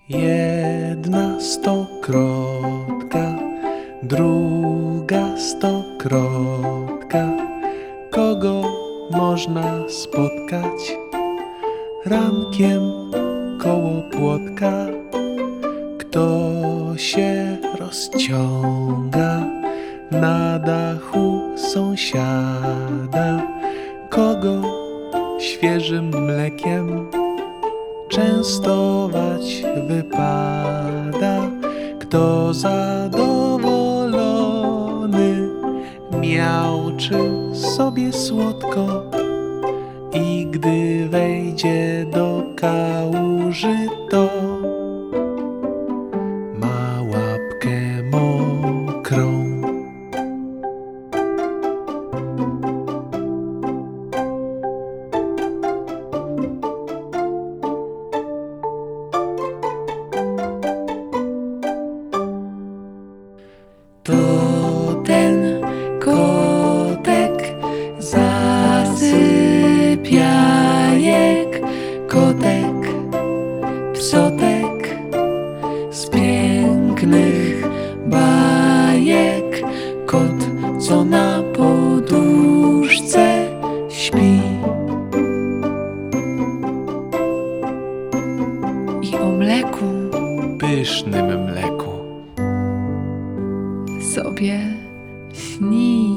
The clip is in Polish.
Jedna stokrotka, druga stokrotka. Kogo można spotkać rankiem koło płotka? Kto się rozciąga na dachu sąsiada? Kogo świeżym mlekiem częstować wypada? Kto zadowolony miauczy sobie słodko i gdy wejdzie do kałuży, to ma łapkę mokrą. To ten kotek zasypiajek, kotek psotek z pięknych bajek, kot, co na poduszce śpi i o mleku, pysznym mleku, sobie śni.